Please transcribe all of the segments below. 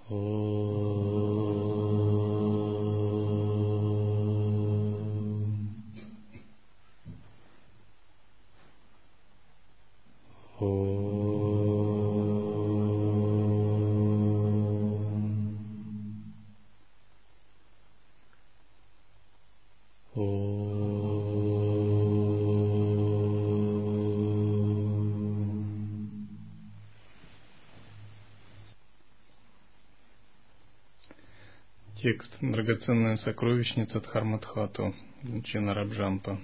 Текст «Драгоценная сокровищница Дхармадхату» Джина Раджампа.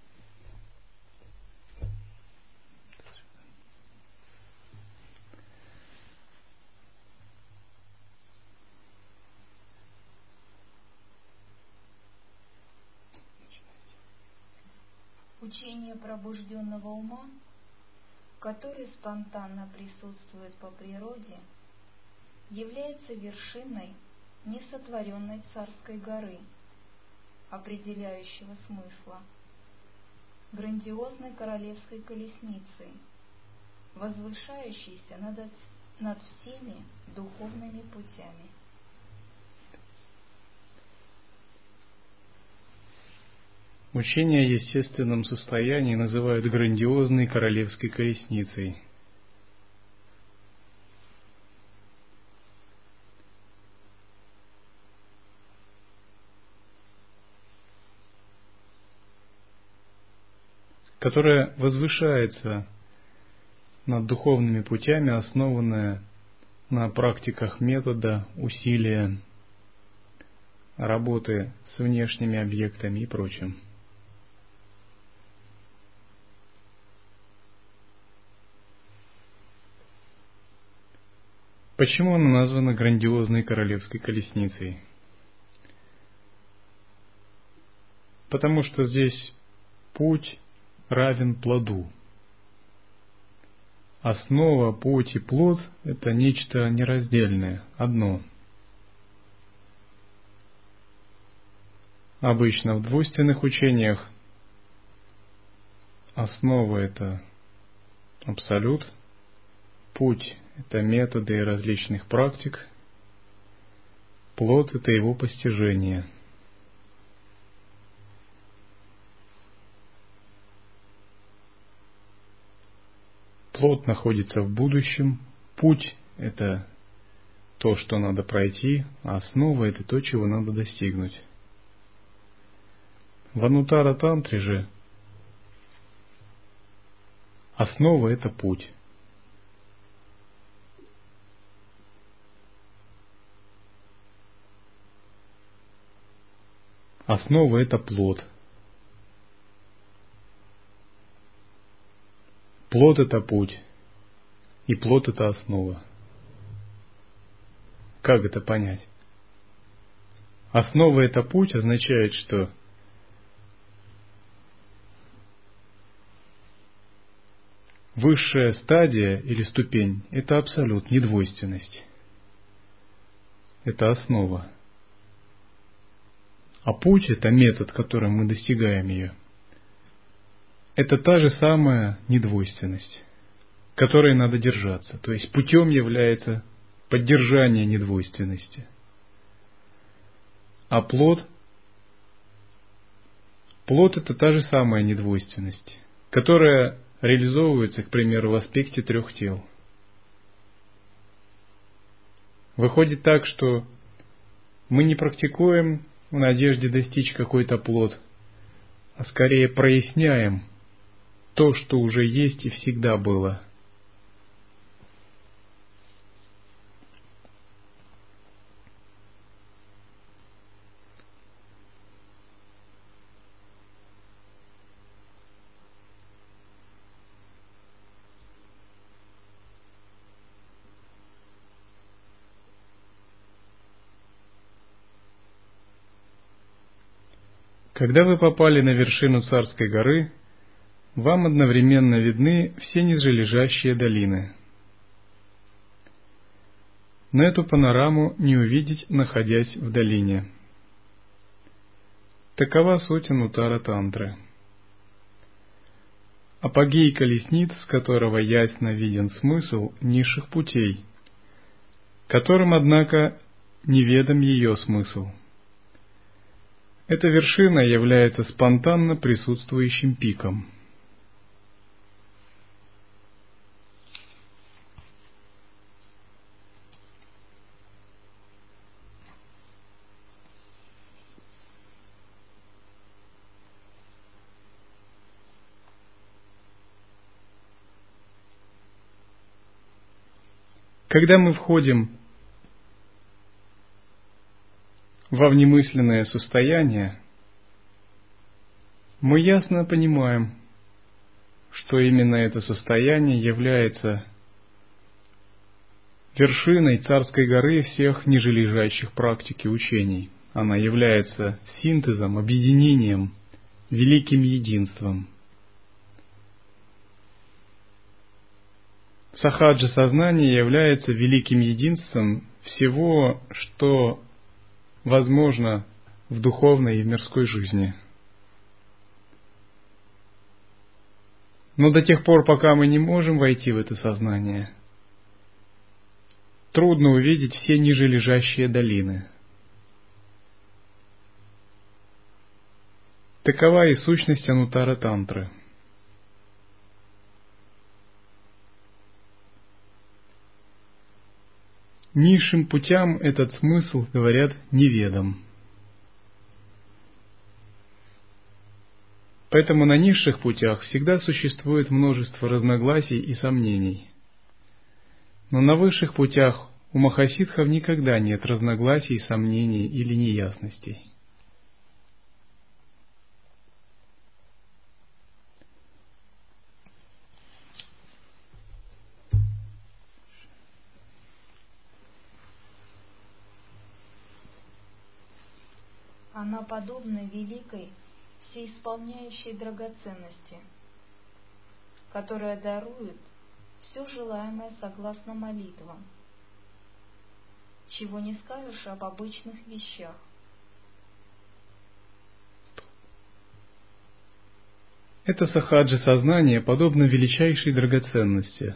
Учение пробужденного ума, который спонтанно присутствует по природе, является вершиной несотворенной царской горы, определяющего смысла, грандиозной королевской колесницей, возвышающейся над всеми духовными путями. Учение о естественном состоянии называют грандиозной королевской колесницей. Которая возвышается над духовными путями, основанная на практиках метода, усилия, работы с внешними объектами и прочим. Почему она названа грандиозной королевской колесницей? Потому что здесь путь равен плоду. Основа, путь и плод – это нечто нераздельное, одно. Обычно в двойственных учениях основа – это абсолют, путь – это методы различных практик, плод – это его постижение. Плод находится в будущем, путь – это то, что надо пройти, а основа – это то, чего надо достигнуть. В Анутара-тантре же основа – это путь. Основа – это плод. Плод – это путь, и плод – это основа. Как это понять? Основа – это путь означает, что высшая стадия или ступень – это абсолют, недвойственность. Это основа. А путь – это метод, которым мы достигаем ее. Это та же самая недвойственность, которой надо держаться. То есть путем является поддержание недвойственности. А плод – это та же самая недвойственность, которая реализовывается, к примеру, в аспекте трех тел. Выходит так, что мы не практикуем в надежде достичь какой-то плод, а скорее проясняем то, что уже есть и всегда было. Когда вы попали на вершину Царской горы, вам одновременно видны все нижележащие долины. Но эту панораму не увидеть, находясь в долине. Такова суть Анутара-тантры. Апогей колесниц, с которого ясно виден смысл низших путей, которым, однако, неведом ее смысл. Эта вершина является спонтанно присутствующим пиком. Когда мы входим во внемысленное состояние, мы ясно понимаем, что именно это состояние является вершиной царской горы всех нижележащих практик и учений. Она является синтезом, объединением, великим единством. Сахаджа сознание является великим единством всего, что возможно в духовной и в мирской жизни. Но до тех пор, пока мы не можем войти в это сознание, трудно увидеть все нижележащие долины. Такова и сущность Ануттара Тантры. Низшим путям этот смысл, говорят, неведом. Поэтому на низших путях всегда существует множество разногласий и сомнений. Но на высших путях у махасидхов никогда нет разногласий, сомнений или неясностей. Она подобна великой, всеисполняющей драгоценности, которая дарует все желаемое согласно молитвам, чего не скажешь об обычных вещах. Это сахаджа сознание подобно величайшей драгоценности,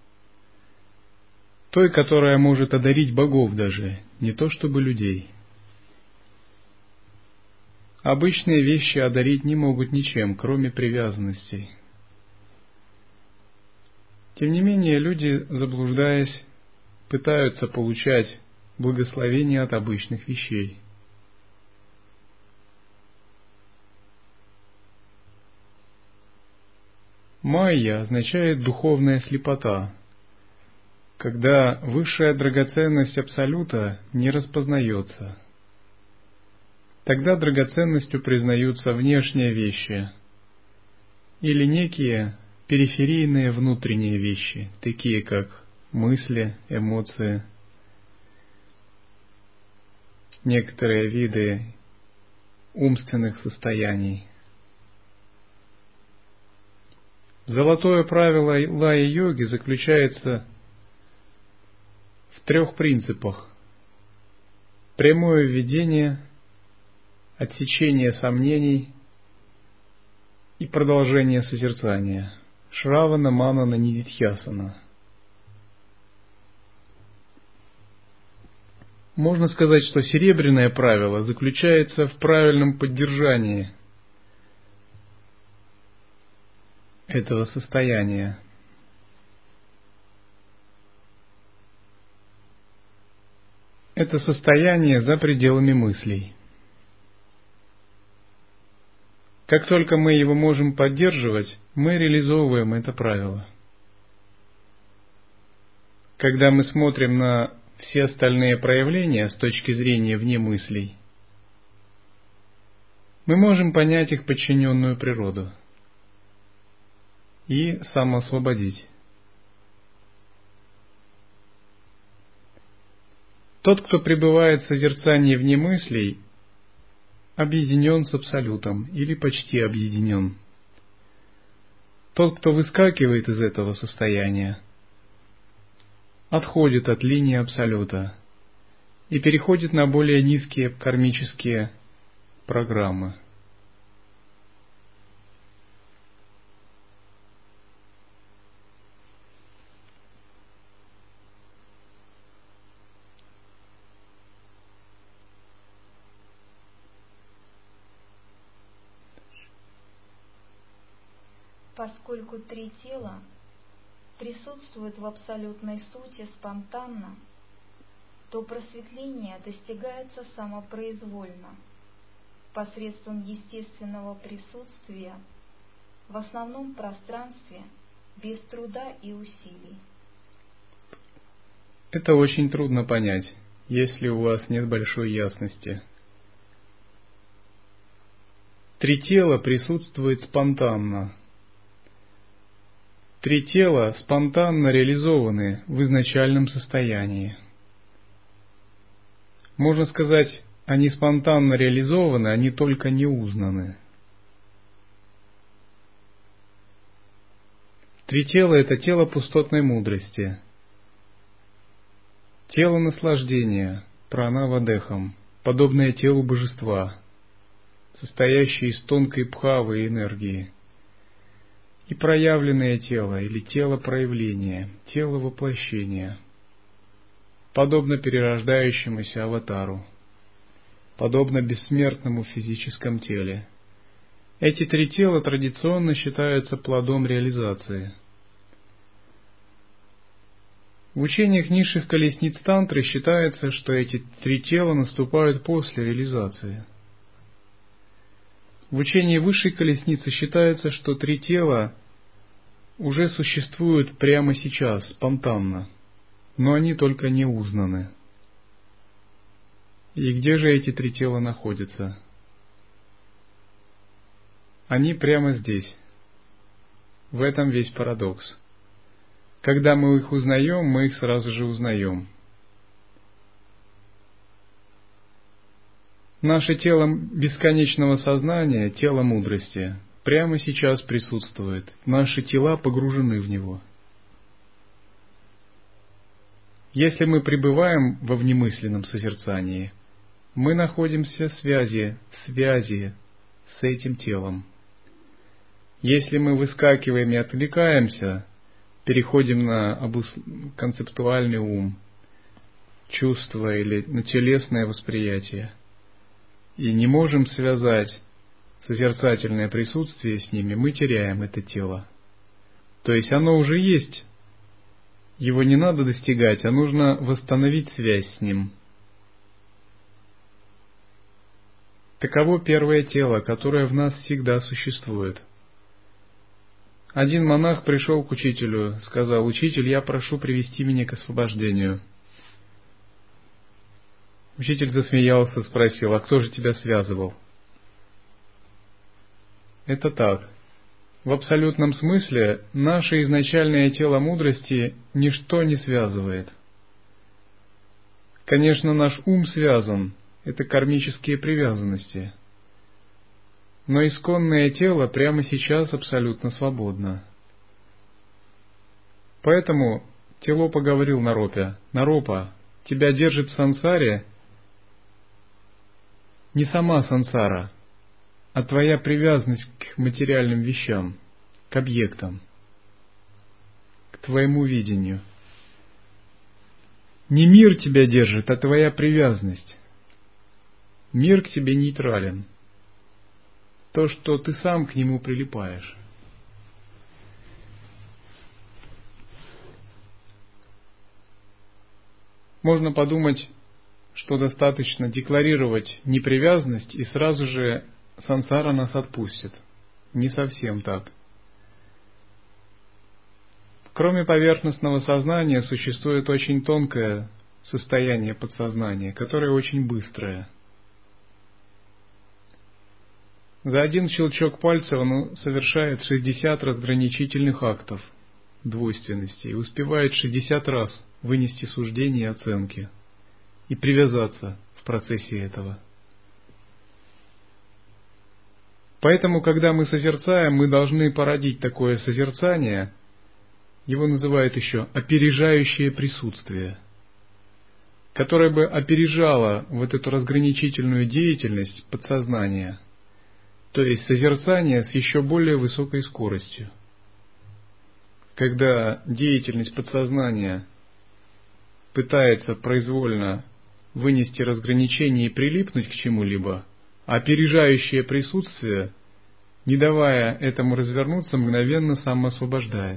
той, которая может одарить богов даже, не то чтобы людей. Обычные вещи одарить не могут ничем, кроме привязанностей. Тем не менее, люди, заблуждаясь, пытаются получать благословение от обычных вещей. Майя означает духовная слепота, когда высшая драгоценность Абсолюта не распознается. Тогда драгоценностью признаются внешние вещи или некие периферийные внутренние вещи, такие как мысли, эмоции, некоторые виды умственных состояний. Золотое правило лая-йоги заключается в 3 принципах: прямое введение, отсечение сомнений и продолжение созерцания. Шравана, манана, нидитхьясана. Можно сказать, что серебряное правило заключается в правильном поддержании этого состояния. Это состояние за пределами мыслей. Как только мы его можем поддерживать, мы реализовываем это правило. Когда мы смотрим на все остальные проявления с точки зрения вне мыслей, мы можем понять их подчиненную природу и самоосвободить. Тот, кто пребывает в созерцании вне мыслей, объединен с Абсолютом или почти объединен. Тот, кто выскакивает из этого состояния, отходит от линии Абсолюта и переходит на более низкие кармические программы. Поскольку три тела присутствуют в абсолютной сути спонтанно, то просветление достигается самопроизвольно, посредством естественного присутствия в основном пространстве, без труда и усилий. Это очень трудно понять, если у вас нет большой ясности. Три тела присутствуют спонтанно. Три тела спонтанно реализованы в изначальном состоянии. Можно сказать, они спонтанно реализованы, они только не узнаны. Три тела – это тело пустотной мудрости, тело наслаждения, прана-вадехам, подобное телу божества, состоящее из тонкой бхавы и энергии, и проявленное тело или тело проявления, тело воплощения, подобно перерождающемуся аватару, подобно бессмертному в физическом теле. Эти три тела традиционно считаются плодом реализации. В учениях низших колесниц тантры считается, что эти три тела наступают после реализации. В учении высшей колесницы считается, что три тела уже существуют прямо сейчас, спонтанно, но они только не узнаны. И где же эти три тела находятся? Они прямо здесь. В этом весь парадокс. Когда мы их узнаем, мы их сразу же узнаем. Наше тело бесконечного сознания, тело мудрости, прямо сейчас присутствует. Наши тела погружены в него. Если мы пребываем во внемысленном созерцании, мы находимся в связи с этим телом. Если мы выскакиваем и отвлекаемся, переходим на концептуальный ум, чувство или на телесное восприятие, и не можем связать созерцательное присутствие с ними, мы теряем это тело. То есть оно уже есть, его не надо достигать, а нужно восстановить связь с ним. Таково первое тело, которое в нас всегда существует. Один монах пришел к учителю, сказал: «Учитель, я прошу привести меня к освобождению». Учитель засмеялся, спросил: «А кто же тебя связывал?» Это так. В абсолютном смысле наше изначальное тело мудрости ничто не связывает. Конечно, наш ум связан, это кармические привязанности. Но исконное тело прямо сейчас абсолютно свободно. Поэтому Тилопа говорил Наропе: «Наропа, тебя держит в сансаре не сама сансара, а твоя привязанность к материальным вещам, к объектам, к твоему видению. Не мир тебя держит, а твоя привязанность. Мир к тебе нейтрален. То, что ты сам к нему прилипаешь». Можно подумать, что достаточно декларировать непривязанность, и сразу же сансара нас отпустит. Не совсем так. Кроме поверхностного сознания, существует очень тонкое состояние подсознания, которое очень быстрое. За один щелчок пальца он совершает 60 разграничительных актов двойственности и успевает 60 раз вынести суждения и оценки и привязаться в процессе этого. Поэтому, когда мы созерцаем, мы должны породить такое созерцание, его называют еще опережающее присутствие, которое бы опережало вот эту разграничительную деятельность подсознания, то есть созерцание с еще более высокой скоростью. Когда деятельность подсознания пытается произвольно вынести разграничение и прилипнуть к чему-либо, опережающее присутствие не давая этому развернуться, мгновенно самоосвобождает.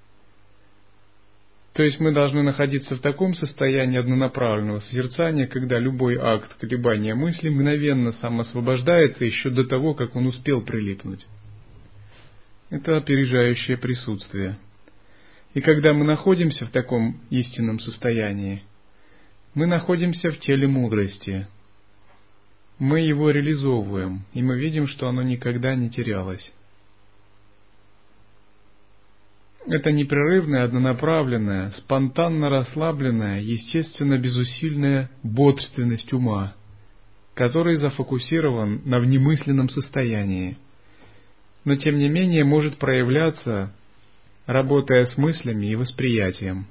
То есть мы должны находиться в таком состоянии однонаправленного созерцания, когда любой акт колебания мысли мгновенно самоосвобождается еще до того, как он успел прилипнуть. Это опережающее присутствие. И когда мы находимся в таком истинном состоянии, мы находимся в теле мудрости. Мы его реализовываем, и мы видим, что оно никогда не терялось. Это непрерывная, однонаправленная, спонтанно расслабленная, естественно безусильная бодрственность ума, который зафокусирован на внемысленном состоянии, но тем не менее может проявляться, работая с мыслями и восприятием.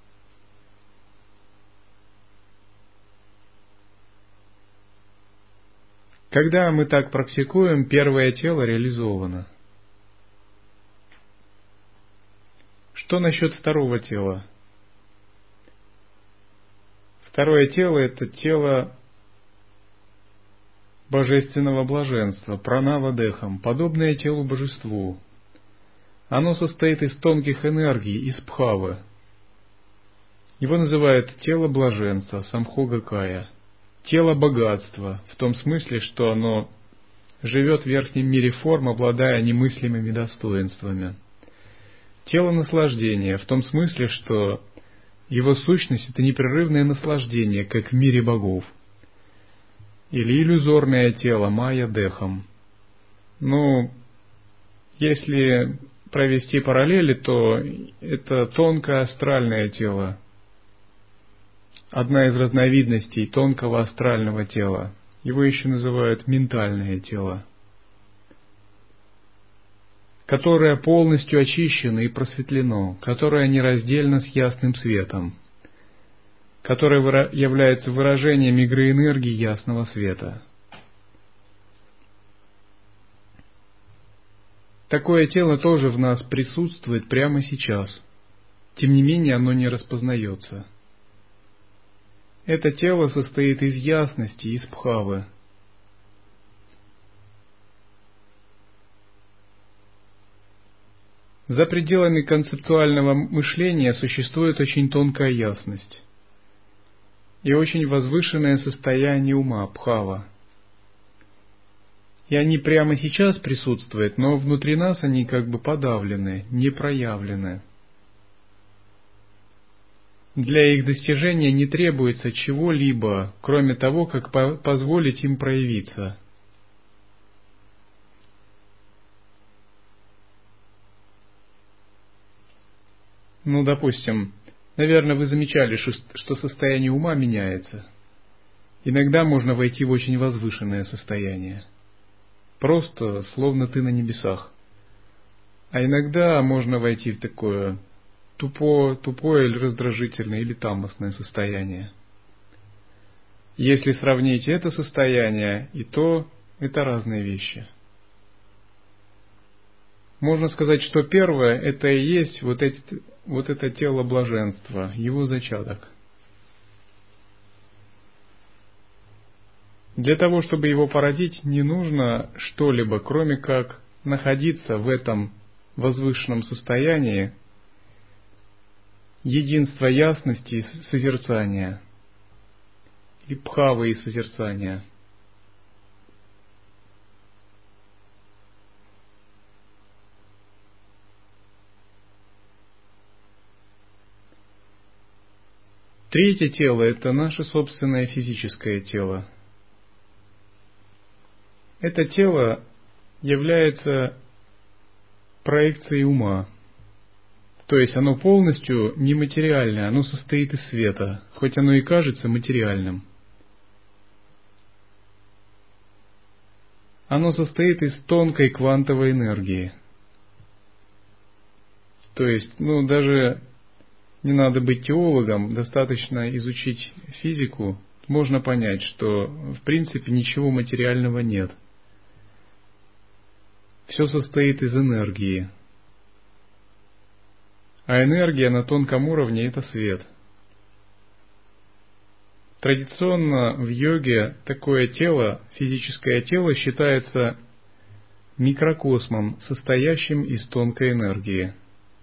Когда мы так практикуем, первое тело реализовано. Что насчет второго тела? Второе тело – это тело божественного блаженства, пранава-дехам, подобное телу божеству. Оно состоит из тонких энергий, из бхавы. Его называют тело блаженства, самхога-кая, тело богатства, в том смысле, что оно живет в верхнем мире форм, обладая немыслимыми достоинствами. Тело наслаждения, в том смысле, что его сущность – это непрерывное наслаждение, как в мире богов. Или иллюзорное тело, майя-дехам. Но если провести параллели, то это тонкое астральное тело. Одна из разновидностей тонкого астрального тела. Его еще называют ментальное тело, которое полностью очищено и просветлено, которое нераздельно с ясным светом, которое является выражением игры энергии ясного света. Такое тело тоже в нас присутствует прямо сейчас, тем не менее оно не распознается. Это тело состоит из ясности, из бхавы. За пределами концептуального мышления существует очень тонкая ясность и очень возвышенное состояние ума, бхава. И они прямо сейчас присутствуют, но внутри нас они как бы подавлены, не проявлены. Для их достижения не требуется чего-либо, кроме того, как позволить им проявиться. Ну, допустим, наверное, вы замечали, что состояние ума меняется. Иногда можно войти в очень возвышенное состояние. Просто, словно ты на небесах. А иногда можно войти в такое тупое или раздражительное, или тамосное состояние. Если сравнить это состояние и то, это разные вещи. Можно сказать, что первое – это и есть вот это тело блаженства, его зачаток. Для того, чтобы его породить, не нужно что-либо, кроме как находиться в этом возвышенном состоянии единства ясности и созерцания, и бхавы и созерцания. Третье тело – это наше собственное физическое тело. Это тело является проекцией ума. То есть оно полностью нематериальное, оно состоит из света, хоть оно и кажется материальным. Оно состоит из тонкой квантовой энергии. То есть, даже не надо быть теологом, достаточно изучить физику, можно понять, что в принципе ничего материального нет. Все состоит из энергии. А энергия на тонком уровне – это свет. Традиционно в йоге такое тело, физическое тело, считается микрокосмом, состоящим из тонкой энергии.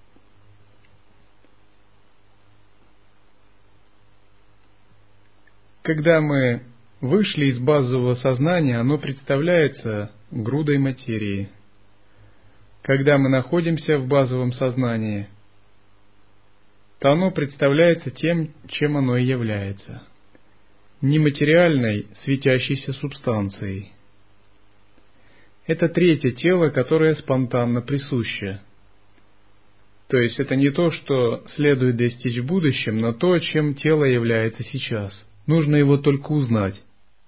Когда мы вышли из базового сознания, оно представляется грудой материи. Когда мы находимся в базовом сознании, то оно представляется тем, чем оно и является – нематериальной, светящейся субстанцией. Это третье тело, которое спонтанно присуще. То есть это не то, что следует достичь в будущем, но то, чем тело является сейчас. Нужно его только узнать.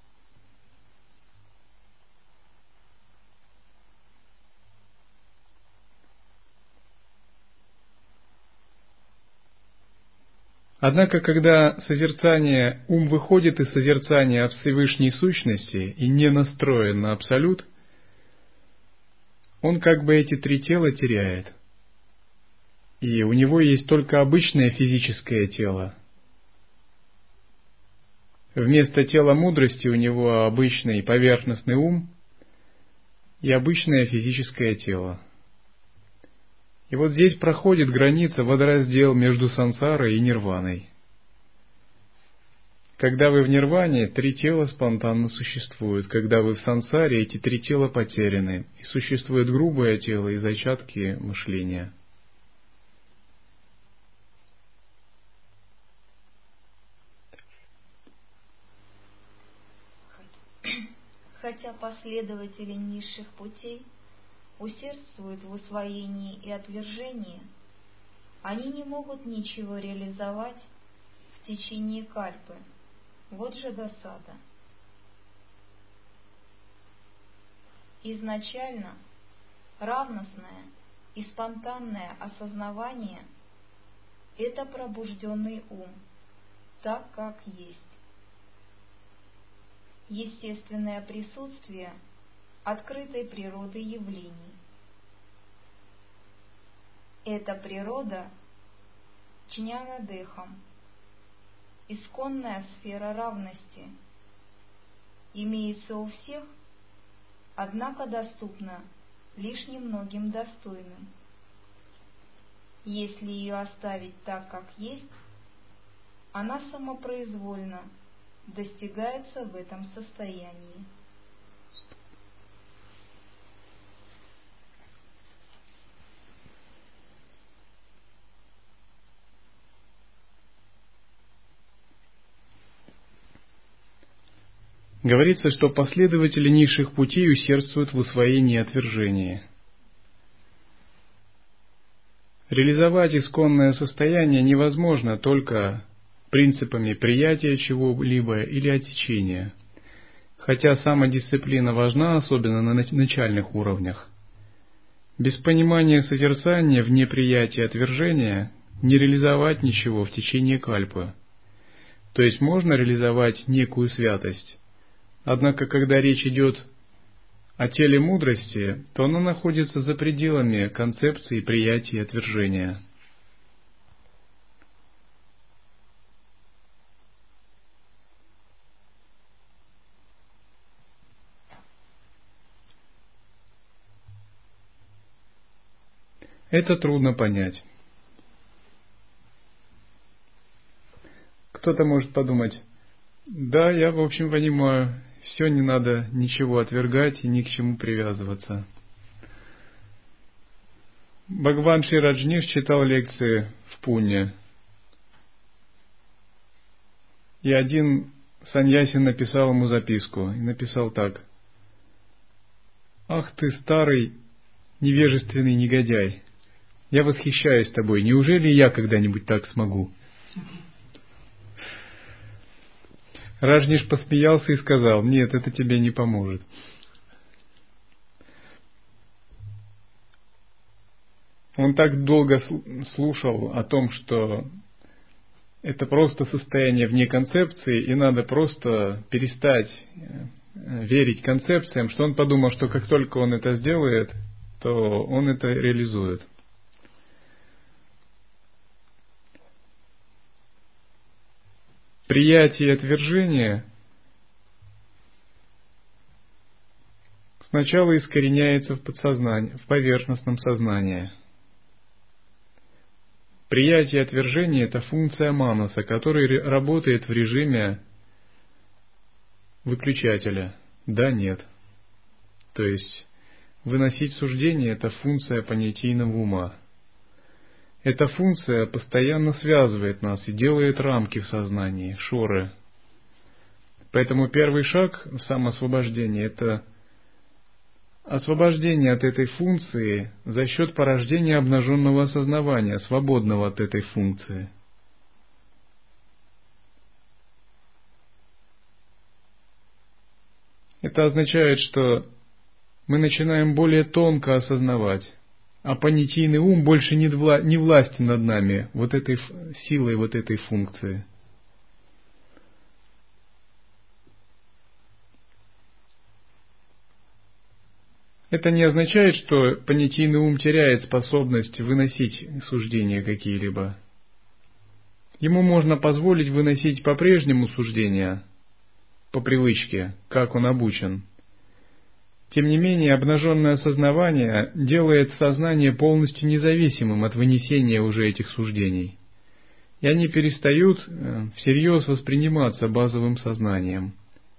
Однако, когда ум выходит из созерцания о Всевышней сущности и не настроен на Абсолют, он как бы эти три тела теряет. И у него есть только обычное физическое тело. Вместо тела мудрости у него обычный поверхностный ум и обычное физическое тело. И вот здесь проходит граница, водораздел между сансарой и нирваной. Когда вы в нирване, три тела спонтанно существуют. Когда вы в сансаре, эти три тела потеряны. И существует грубое тело и зачатки мышления. Хотя последователи низших путей усердствуют в усвоении и отвержении, они не могут ничего реализовать в течение кальпы. Вот же досада. Изначально равностное и спонтанное осознавание – это пробужденный ум, так как есть. Естественное присутствие открытой природы явлений. Эта природа Чняна-Дехам, исконная сфера равности, имеется у всех, однако доступна лишь немногим достойным. Если ее оставить так, как есть, она самопроизвольно достигается в этом состоянии. Говорится, что последователи низших путей усердствуют в усвоении и отвержении. Реализовать исконное состояние невозможно только принципами приятия чего-либо или оттечения, хотя самодисциплина важна, особенно на начальных уровнях. Без понимания созерцания вне приятия отвержения не реализовать ничего в течение кальпы. То есть можно реализовать некую святость, однако когда речь идет о теле мудрости, то она находится за пределами концепции приятия и отвержения. Это трудно понять. Кто-то может подумать: да, я в общем понимаю, все, не надо ничего отвергать и ни к чему привязываться. Бхагаван Шри Раджниш читал лекции в Пуне. И один саньясин написал ему записку. И написал так: «Ах ты, старый невежественный негодяй! Я восхищаюсь тобой. Неужели я когда-нибудь так смогу?» Раджниш посмеялся и сказал: «Нет, это тебе не поможет». Он так долго слушал о том, что это просто состояние вне концепции, и надо просто перестать верить концепциям, что он подумал, что как только он это сделает, то он это реализует. Приятие и отвержение сначала искореняется в подсознании, в поверхностном сознании. Приятие и отвержение – это функция манаса, который работает в режиме выключателя. Да, нет. То есть, выносить суждение – это функция понятийного ума. Эта функция постоянно связывает нас и делает рамки в сознании, шоры. Поэтому первый шаг в самоосвобождении – это освобождение от этой функции за счет порождения обнаженного осознавания, свободного от этой функции. Это означает, что мы начинаем более тонко осознавать, а понятийный ум больше не властен над нами вот этой силой, вот этой функции. Это не означает, что понятийный ум теряет способность выносить суждения какие-либо. Ему можно позволить выносить по-прежнему суждения, по привычке, как он обучен. Тем не менее, обнаженное осознавание делает сознание полностью независимым от вынесения уже этих суждений. И они перестают всерьез восприниматься базовым сознанием.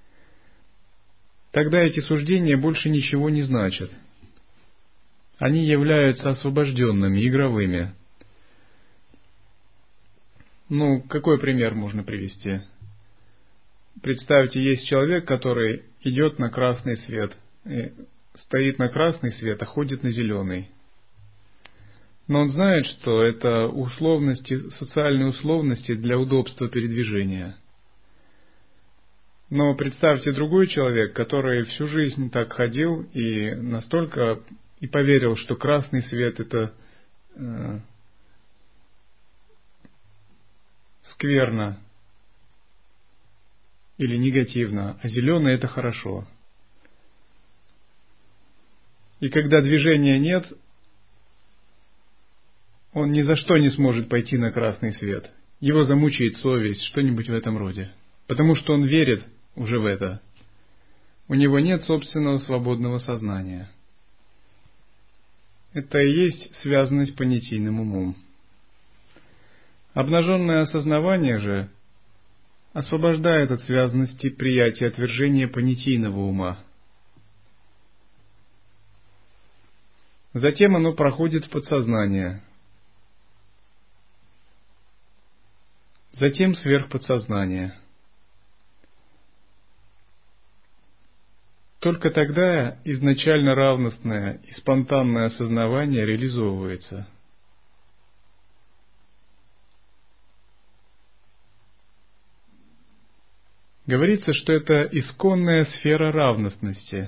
Тогда эти суждения больше ничего не значат. Они являются освобожденными, игровыми. Какой пример можно привести? Представьте, есть человек, который идет на красный свет, стоит на красный свет, а ходит на зеленый. Но он знает, что это социальные условности для удобства передвижения. Но представьте другой человек, который всю жизнь так ходил и настолько и поверил, что красный свет это скверно или негативно, а зеленый это хорошо. И когда движения нет, он ни за что не сможет пойти на красный свет. Его замучает совесть, что-нибудь в этом роде. Потому что он верит уже в это. У него нет собственного свободного сознания. Это и есть связанность с понятийным умом. Обнаженное осознавание же освобождает от связанности приятия и отвержения понятийного ума. Затем оно проходит в подсознание. Затем сверхподсознание. Только тогда изначально равностное и спонтанное осознавание реализовывается. Говорится, что это исконная сфера равностности,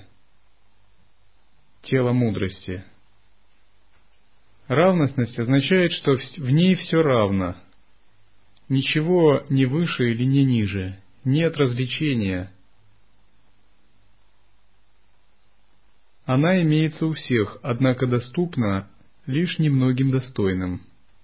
тело мудрости. Равностность означает, что в ней все равно. Ничего не выше или не ниже, нет развлечения. Она имеется у всех, однако доступна лишь немногим достойным.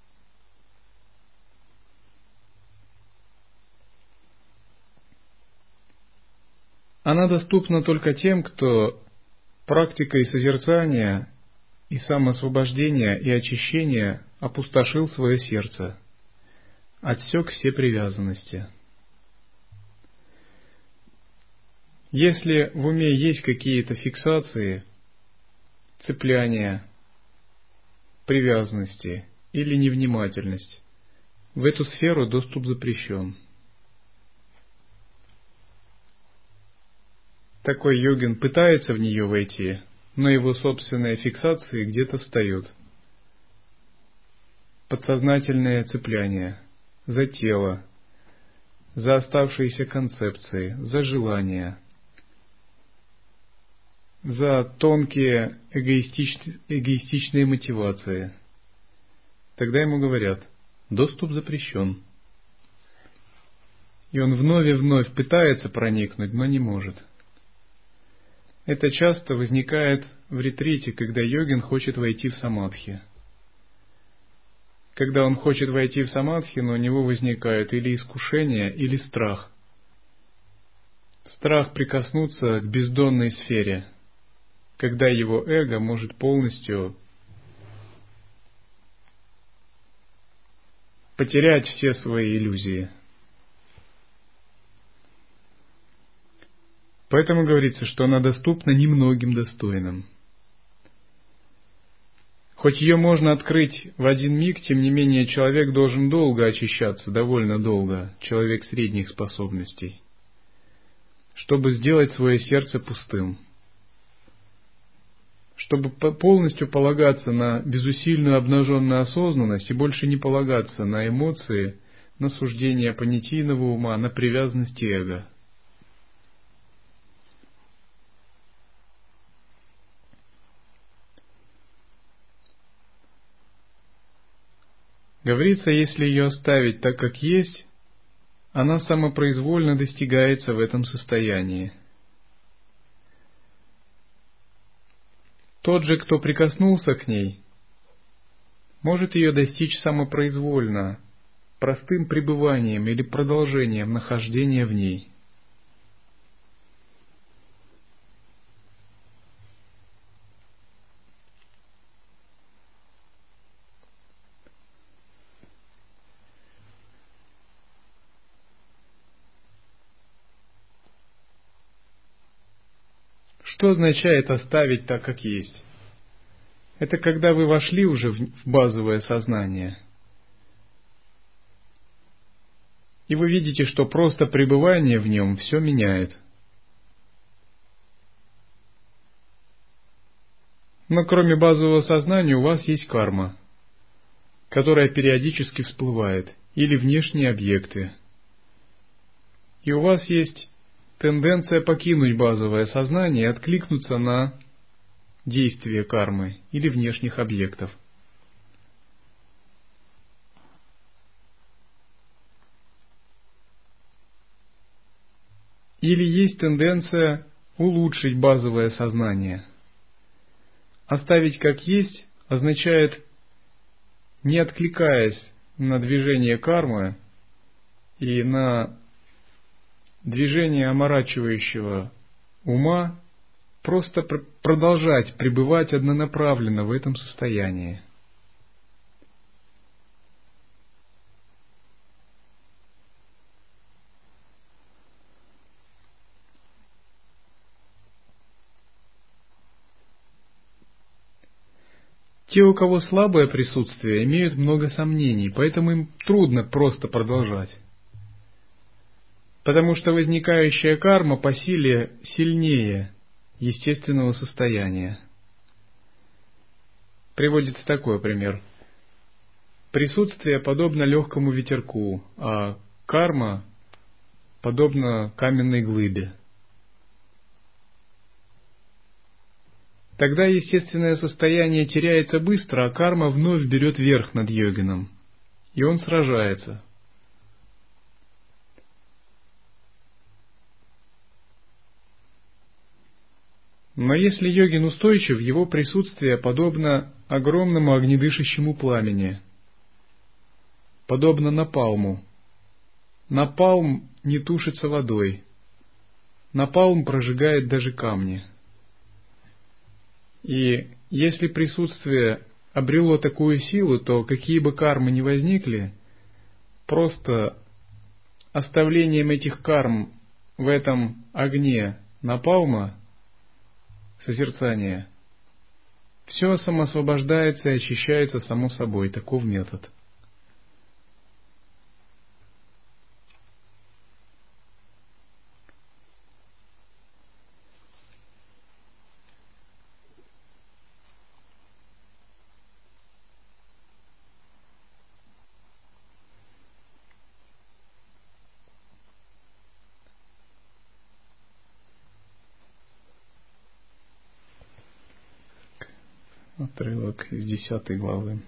Она доступна только тем, кто практикой созерцания и самоосвобождения и очищения опустошил свое сердце, отсек все привязанности. Если в уме есть какие-то фиксации, цепляния, привязанности или невнимательность, в эту сферу доступ запрещен. Такой йогин пытается в нее войти, но его собственные фиксации где-то встают. Подсознательное цепляние за тело, за оставшиеся концепции, за желания, за тонкие эгоистичные мотивации. Тогда ему говорят: доступ запрещен. И он вновь и вновь пытается проникнуть, но не может. Это часто возникает в ретрите, когда йогин хочет войти в самадхи. Когда он хочет войти в самадхи, но у него возникает или искушение, или страх. Страх прикоснуться к бездонной сфере. когда его эго может полностью потерять все свои иллюзии. Поэтому говорится, что она доступна немногим достойным. Хоть ее можно открыть в один миг, тем не менее человек должен долго очищаться, довольно долго, человек средних способностей, чтобы сделать свое сердце пустым, чтобы полностью полагаться на безусильную обнаженную осознанность и больше не полагаться на эмоции, на суждения понятийного ума, на привязанности эго. Говорится, если ее оставить так, как есть, она самопроизвольно достигается в этом состоянии. Тот же, кто прикоснулся к ней, может ее достичь самопроизвольно, простым пребыванием или продолжением нахождения в ней. Что означает оставить так, как есть? Это когда вы вошли уже в базовое сознание, и вы видите, что просто пребывание в нем все меняет. Но кроме базового сознания у вас есть карма, которая периодически всплывает, или внешние объекты. И у вас есть тенденция покинуть базовое сознание и откликнуться на действие кармы или внешних объектов. Или есть тенденция улучшить базовое сознание. Оставить как есть означает, не откликаясь на движение кармы и на движение омрачивающего ума, просто продолжать пребывать однонаправленно в этом состоянии. Те, у кого слабое присутствие, имеют много сомнений, поэтому им трудно просто продолжать. Потому что возникающая карма по силе сильнее естественного состояния. Приводится такой пример. Присутствие подобно легкому ветерку, а карма подобно каменной глыбе. Тогда естественное состояние теряется быстро, а карма вновь берет верх над йогином, и он сражается. Но если йогин устойчив, его присутствие подобно огромному огнедышащему пламени, подобно напалму. Напалм не тушится водой, напалм прожигает даже камни. И если присутствие обрело такую силу, то какие бы кармы ни возникли, просто оставлением этих карм в этом огне напалма, созерцания, все самоосвобождается и очищается само собой. Таков метод. Отрывок из 10 главы.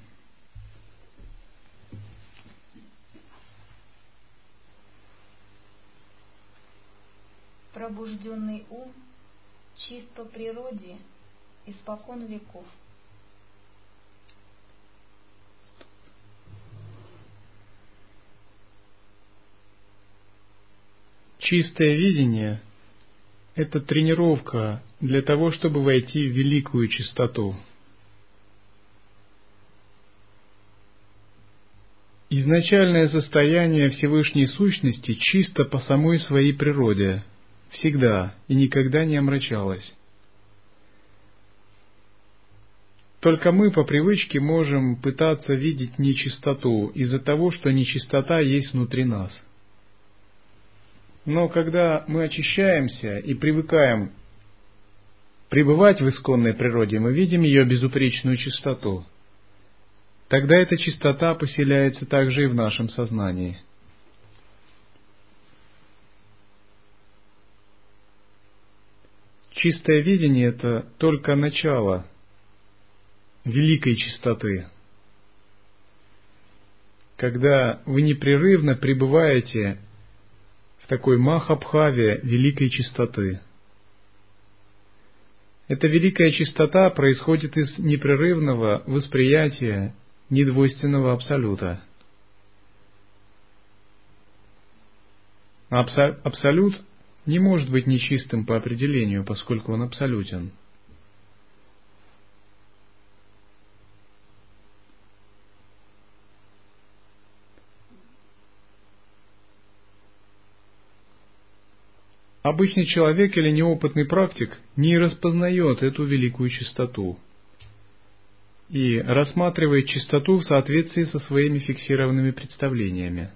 Пробужденный ум чист по природе испокон веков. Чистое видение – это тренировка для того, чтобы войти в великую чистоту. Изначальное состояние Всевышней Сущности чисто по самой своей природе, всегда и никогда не омрачалось. Только мы по привычке можем пытаться видеть нечистоту из-за того, что нечистота есть внутри нас. Но когда мы очищаемся и привыкаем пребывать в исконной природе, мы видим ее безупречную чистоту. Тогда эта чистота поселяется также и в нашем сознании. Чистое видение – это только начало великой чистоты, когда вы непрерывно пребываете в такой махабхаве великой чистоты. Эта великая чистота происходит из непрерывного восприятия недвойственного абсолюта. Абсолют не может быть нечистым по определению, поскольку он абсолютен. Обычный человек или неопытный практик не распознает эту великую чистоту и рассматривает чистоту в соответствии со своими фиксированными представлениями.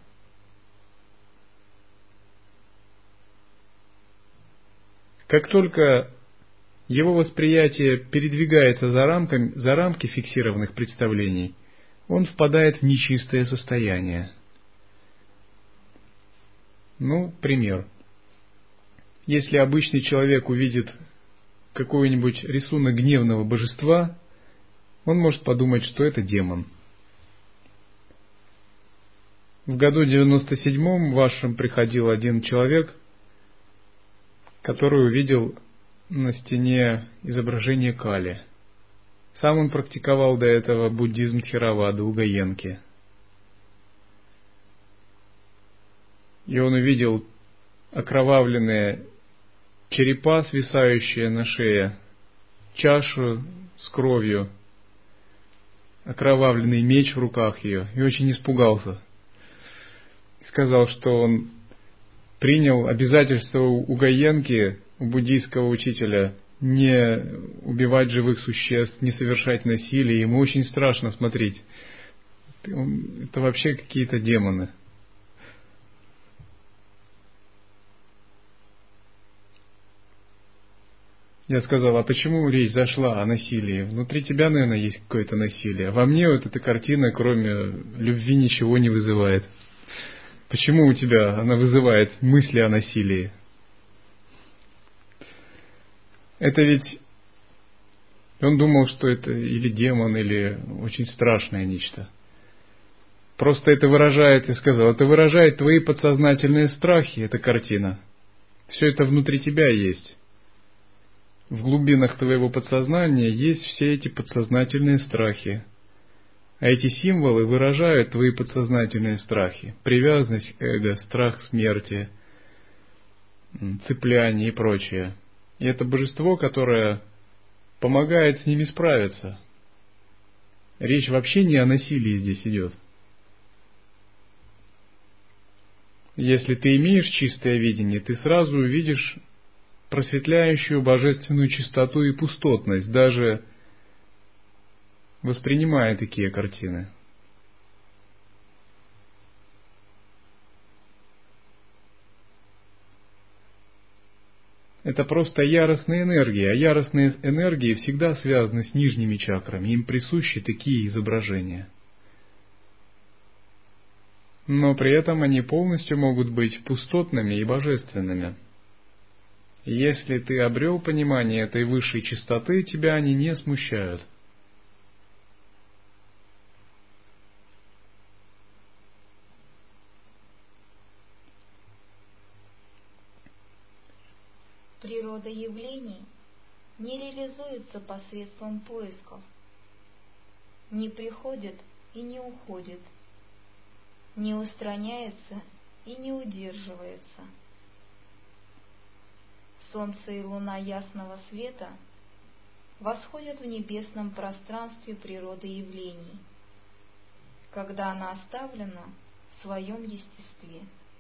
Как только его восприятие передвигается за рамки фиксированных представлений, он впадает в нечистое состояние. Пример. Если обычный человек увидит какой-нибудь рисунок гневного божества, он может подумать, что это демон. В году 97-м вашем приходил один человек, который увидел на стене изображение Кали. Сам он практиковал до этого буддизм Тхеравады у Гаенки. И он увидел окровавленные черепа, свисающие на шее, чашу с кровью, окровавленный меч в руках ее, и очень испугался. Сказал, что он принял обязательство у Гаенки, у буддийского учителя, не убивать живых существ, не совершать насилие. Ему очень страшно смотреть. Это вообще какие-то демоны. Я сказал, а почему речь зашла о насилии? Внутри тебя, наверное, есть какое-то насилие. Во мне вот эта картина, кроме любви, ничего не вызывает. Почему у тебя она вызывает мысли о насилии? Это ведь... Он думал, что это или демон, или очень страшное нечто. Просто это выражает, я сказал, это выражает твои подсознательные страхи, эта картина. Все это внутри тебя есть. В глубинах твоего подсознания есть все эти подсознательные страхи. А эти символы выражают твои подсознательные страхи. Привязанность к эго, страх смерти, цепляние и прочее. И это божество, которое помогает с ними справиться. Речь вообще не о насилии здесь идет. Если ты имеешь чистое видение, ты сразу увидишь просветляющую божественную чистоту и пустотность, даже воспринимая такие картины. Это просто яростная энергия, а яростные энергии всегда связаны с нижними чакрами, им присущи такие изображения. Но при этом они полностью могут быть пустотными и божественными. Если ты обрел понимание этой высшей чистоты, тебя они не смущают. Природа явлений не реализуется посредством поисков, не приходит и не уходит, не устраняется и не удерживается. Солнце и Луна ясного света восходят в небесном пространстве природы явлений, когда она оставлена в своем естестве.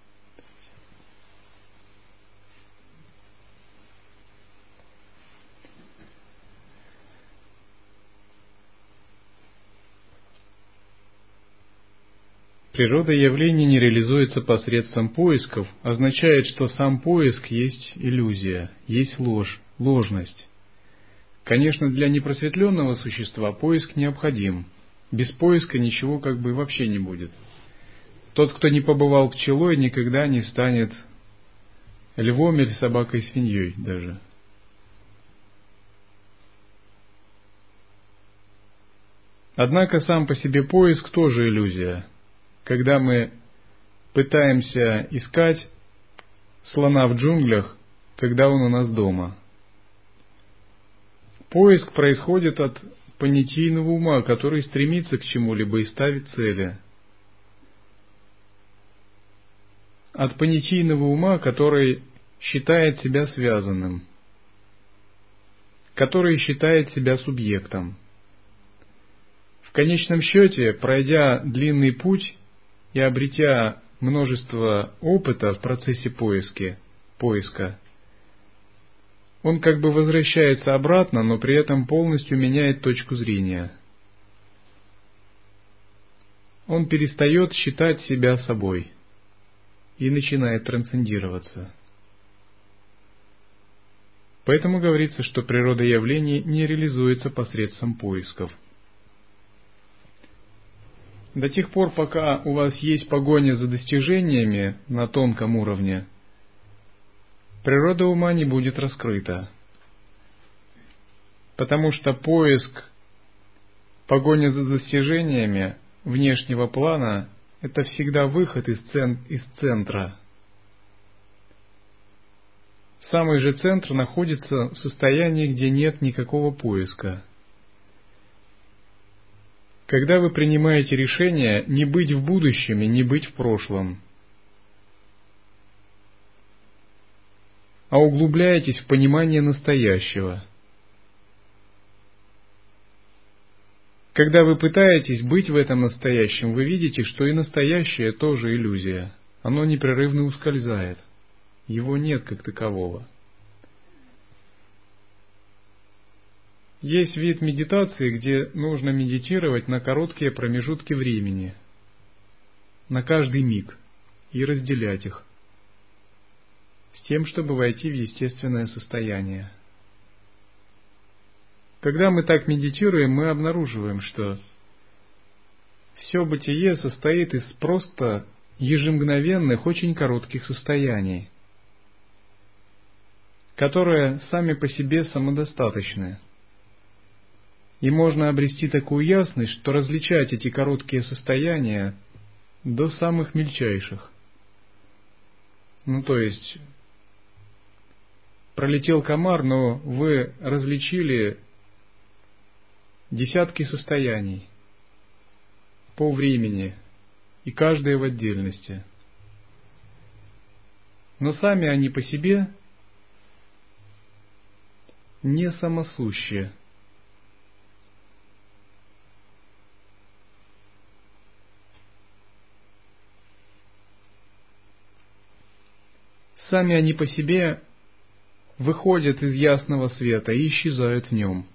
Природа явлений не реализуется посредством поисков, означает, что сам поиск есть иллюзия, есть ложь, ложность. Конечно, для непросветленного существа поиск необходим. Без поиска ничего как бы вообще не будет. Тот, кто не побывал пчелой, никогда не станет львом или собакой-свиньей даже. Однако сам по себе поиск тоже иллюзия. Когда мы пытаемся искать слона в джунглях, когда он у нас дома. Поиск происходит от понятийного ума, который стремится к чему-либо и ставит цели. От понятийного ума, который считает себя связанным, который считает себя субъектом. В конечном счете, пройдя длинный путь и обретя множество опыта в процессе поиска, он как бы возвращается обратно, но при этом полностью меняет точку зрения. Он перестает считать себя собой и начинает трансцендироваться. Поэтому говорится, что природа явлений не реализуется посредством поисков. До тех пор, пока у вас есть погоня за достижениями на тонком уровне, природа ума не будет раскрыта. Потому что поиск, погоня за достижениями внешнего плана – это всегда выход из центра. Самый же центр находится в состоянии, где нет никакого поиска. Когда вы принимаете решение не быть в будущем и не быть в прошлом, а углубляетесь в понимание настоящего. Когда вы пытаетесь быть в этом настоящем, вы видите, что и настоящее тоже иллюзия. Оно непрерывно ускользает. Его нет как такового. Есть вид медитации, где нужно медитировать на короткие промежутки времени, на каждый миг, и разделять их, с тем, чтобы войти в естественное состояние. Когда мы так медитируем, мы обнаруживаем, что все бытие состоит из просто ежемгновенных, очень коротких состояний, которые сами по себе самодостаточны. И можно обрести такую ясность, что различать эти короткие состояния до самых мельчайших. То есть, пролетел комар, но вы различили десятки состояний по времени, и каждое в отдельности. Но сами они по себе не самосущие. Сами они по себе выходят из ясного света и исчезают в нем.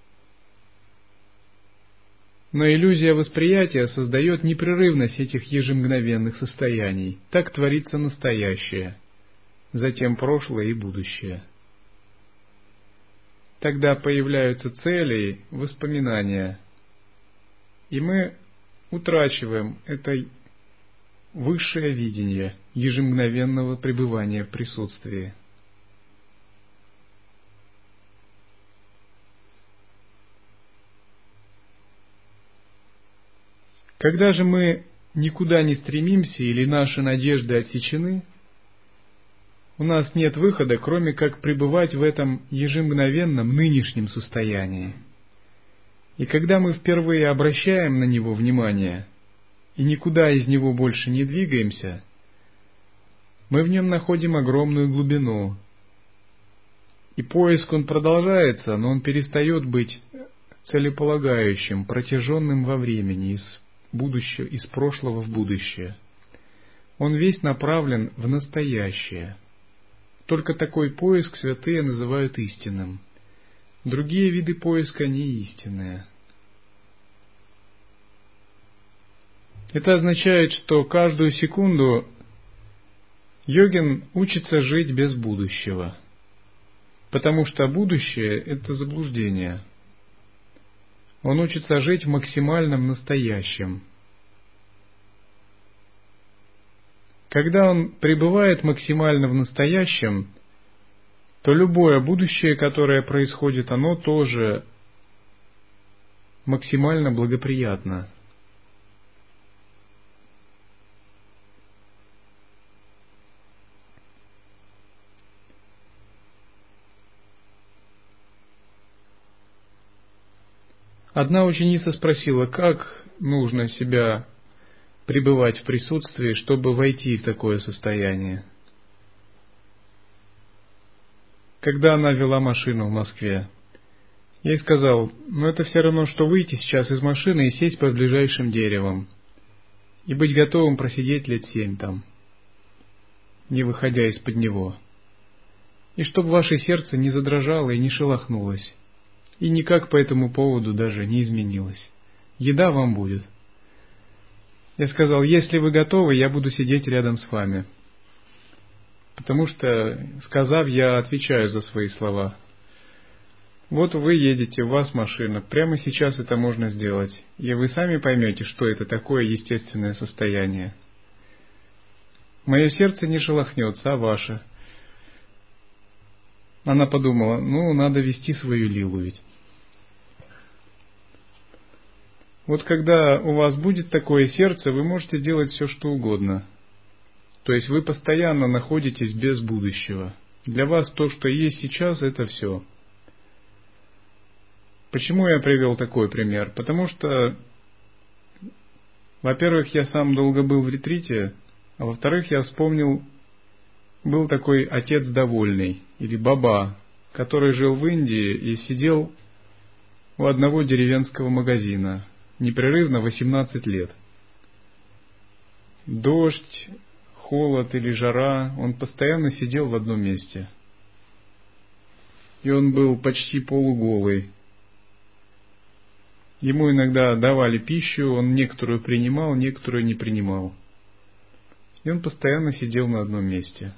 Но иллюзия восприятия создает непрерывность этих ежемгновенных состояний. Так творится настоящее, затем прошлое и будущее. Тогда появляются цели, воспоминания, и мы утрачиваем это высшее видение ежемгновенного пребывания в присутствии. Когда же мы никуда не стремимся или наши надежды отсечены, у нас нет выхода, кроме как пребывать в этом ежемгновенном нынешнем состоянии. И когда мы впервые обращаем на него внимание и никуда из него больше не двигаемся, мы в нем находим огромную глубину, И поиск он продолжается, но он перестает быть целеполагающим, протяженным во времени, из прошлого в будущее. Он весь направлен в настоящее. Только такой поиск святые называют истинным. Другие виды поиска не истинные. Это означает, что каждую секунду йогин учится жить без будущего, потому что будущее – это заблуждение. Он учится жить в максимальном настоящем. Когда он пребывает максимально в настоящем, то любое будущее, которое происходит, оно тоже максимально благоприятно. Одна ученица спросила, как нужно себя пребывать в присутствии, чтобы войти в такое состояние. Когда она вела машину в Москве, я ей сказал, это все равно, что выйти сейчас из машины и сесть под ближайшим деревом, и быть готовым просидеть лет 7 там, не выходя из-под него, и чтобы ваше сердце не задрожало и не шелохнулось, и никак по этому поводу даже не изменилось. Еда вам будет. Я сказал, если вы готовы, я буду сидеть рядом с вами. Потому что, сказав, я отвечаю за свои слова. Вот вы едете, у вас машина, прямо сейчас это можно сделать, и вы сами поймете, что это такое естественное состояние. Мое сердце не шелохнется, а ваше. Она подумала, надо вести свою лилу ведь. Вот когда у вас будет такое сердце, вы можете делать все, что угодно. То есть вы постоянно находитесь без будущего. Для вас то, что есть сейчас, это все. Почему я привел такой пример? Потому что, во-первых, я сам долго был в ретрите, а во-вторых, я вспомнил, был такой отец довольный, или баба, который жил в Индии и сидел у одного деревенского магазина, непрерывно 18 лет. Дождь, холод или жара, он постоянно сидел в одном месте. И он был почти полуголый. Ему иногда давали пищу, он некоторую принимал, некоторую не принимал. И он постоянно сидел на одном месте.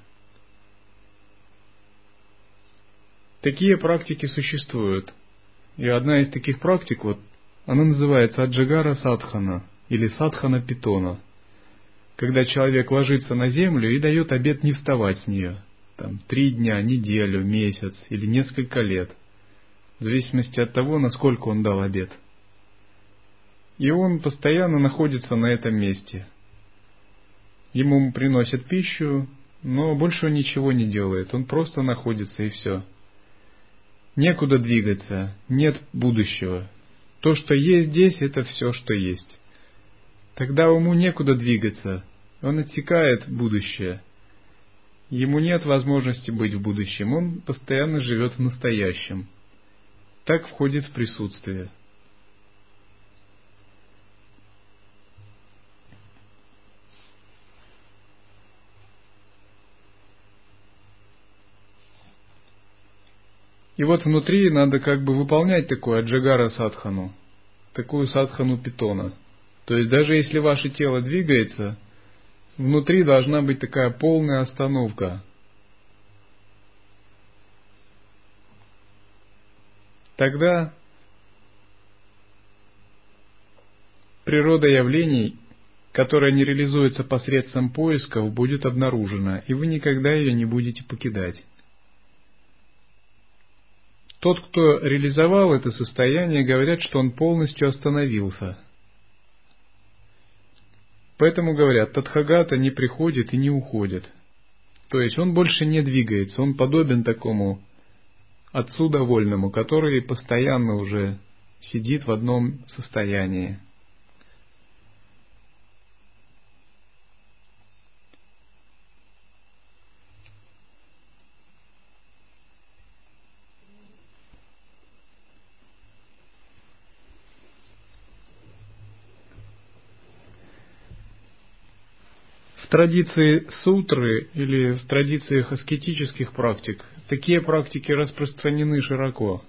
Такие практики существуют. И одна из таких практик, она называется аджагара садхана, или садхана питона. Когда человек ложится на землю и дает обет не вставать с нее. 3 дня, неделю, месяц или несколько лет. В зависимости от того, насколько он дал обет. И он постоянно находится на этом месте. Ему приносят пищу, но больше он ничего не делает. Он просто находится и все. Некуда двигаться, нет будущего. То, что есть здесь, это все, что есть. Тогда уму некуда двигаться, он отсекает будущее. Ему нет возможности быть в будущем, он постоянно живет в настоящем. Так входит в присутствие. И внутри надо выполнять такую аджагара садхану, такую садхану питона. То есть даже если ваше тело двигается, внутри должна быть такая полная остановка. Тогда природа явлений, которая не реализуется посредством поисков, будет обнаружена, и вы никогда ее не будете покидать. Тот, кто реализовал это состояние, говорят, что он полностью остановился. Поэтому говорят, Тадхагата не приходит и не уходит. То есть он больше не двигается, он подобен такому Отцу довольному, который постоянно уже сидит в одном состоянии. традиции сутры или в традициях аскетических практик такие практики распространены широко.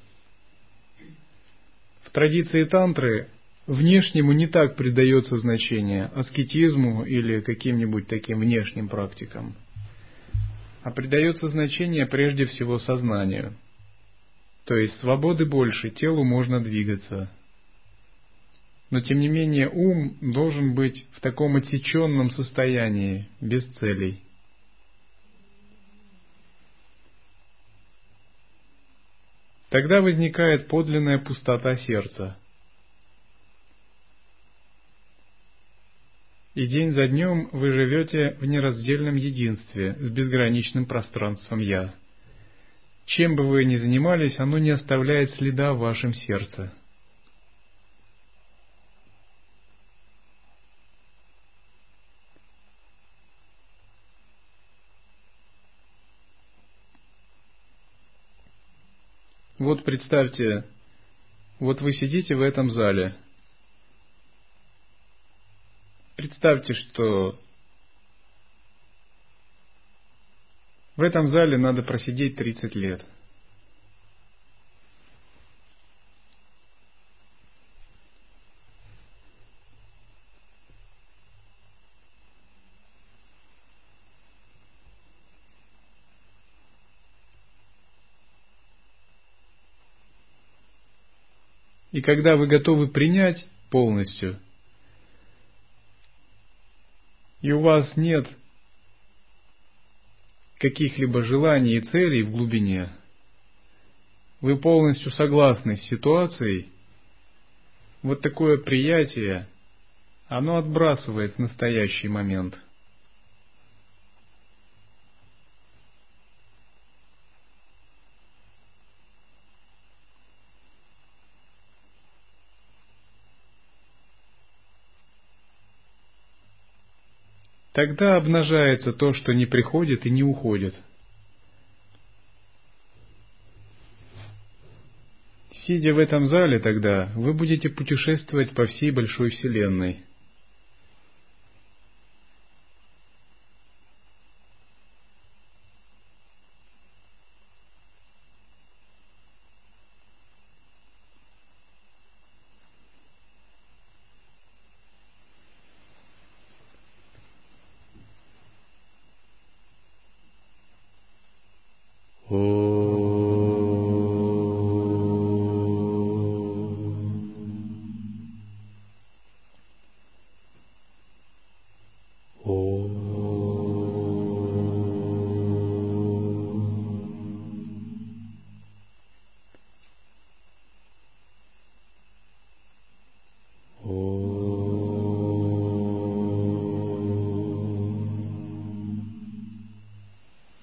В традиции тантры внешнему не так придается значение аскетизму или каким-нибудь таким внешним практикам, а придается значение прежде всего сознанию. То есть свободы больше, телу можно двигаться. Но тем не менее ум должен быть в таком отсеченном состоянии, без целей. Тогда возникает подлинная пустота сердца. И день за днем вы живете в нераздельном единстве с безграничным пространством «Я». Чем бы вы ни занимались, оно не оставляет следа в вашем сердце. Вот представьте, вот вы сидите в этом зале. Представьте, что в этом зале надо просидеть 30 лет. И когда вы готовы принять полностью, и у вас нет каких-либо желаний и целей в глубине, вы полностью согласны с ситуацией, вот такое приятие, оно отбрасывает настоящий момент. Тогда обнажается то, что не приходит и не уходит. Сидя в этом зале тогда, вы будете путешествовать по всей большой Вселенной.